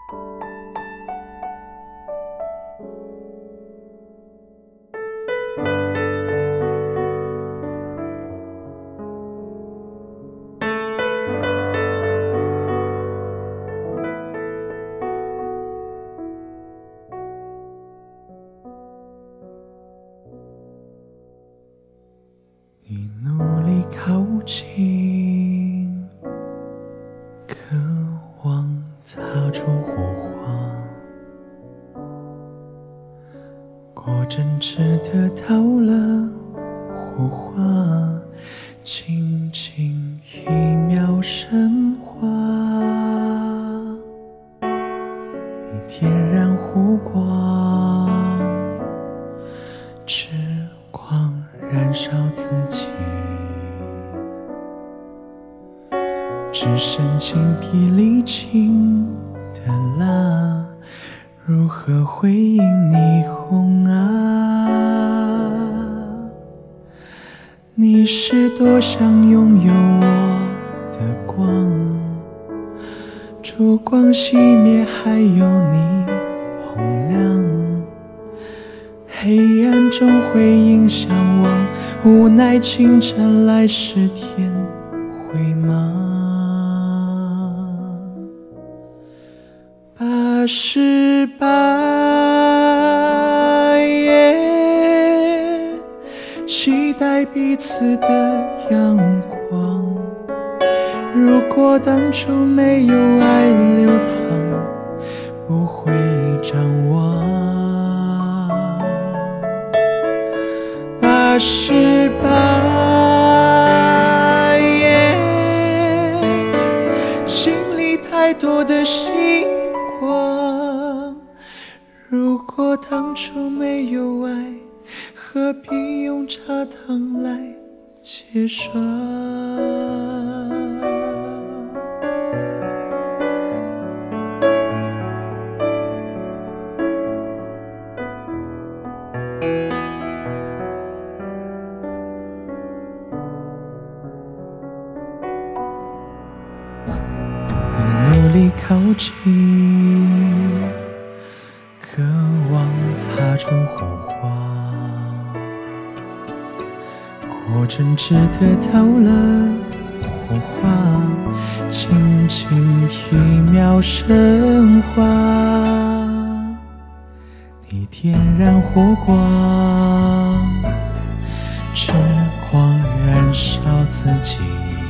你努力靠近，渴望擦出火花，果真值得到了火花，轻轻一秒升华，你点燃火光，痴狂燃烧自己，只剩精疲力尽的蜡，如何回应霓虹啊？你是多想拥有我的光，烛光熄灭，还有你红亮，黑暗中会影向往，无奈清晨来时天灰吗？88夜，期待彼此的阳光。如果当初没有爱流淌，不会张望。88夜，经历太多的星光。如果当初没有爱，何必用茶汤来结霜？努力靠近，渴望擦出火花，果真值得到了火花，轻轻一秒升华，你点燃火光，痴狂燃烧自己，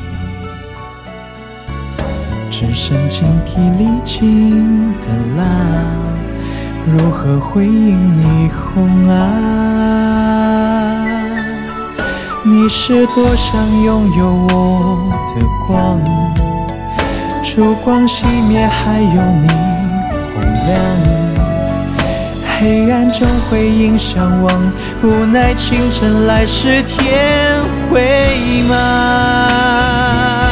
只剩精疲力尽的蜡，如何回应霓虹啊？你是多想拥有我的光，烛光熄灭，还有你红亮，黑暗中会影向往，无奈清晨来时天灰吗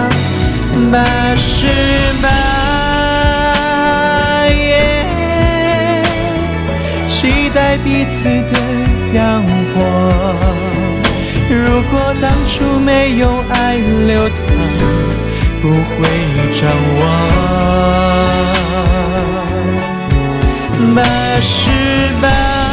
？88夜，期待彼此的阳光。如果当初没有爱流淌，不会张望。88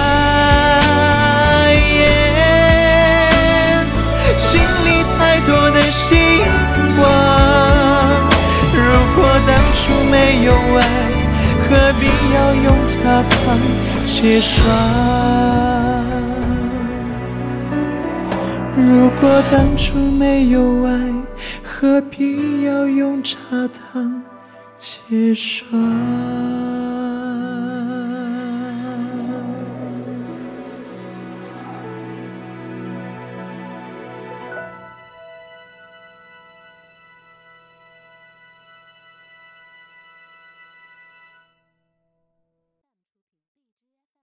夜，经历太多的星光。如果当初没有爱，何必要用茶汤结霜？如果当初没有爱，何必要用茶汤结霜？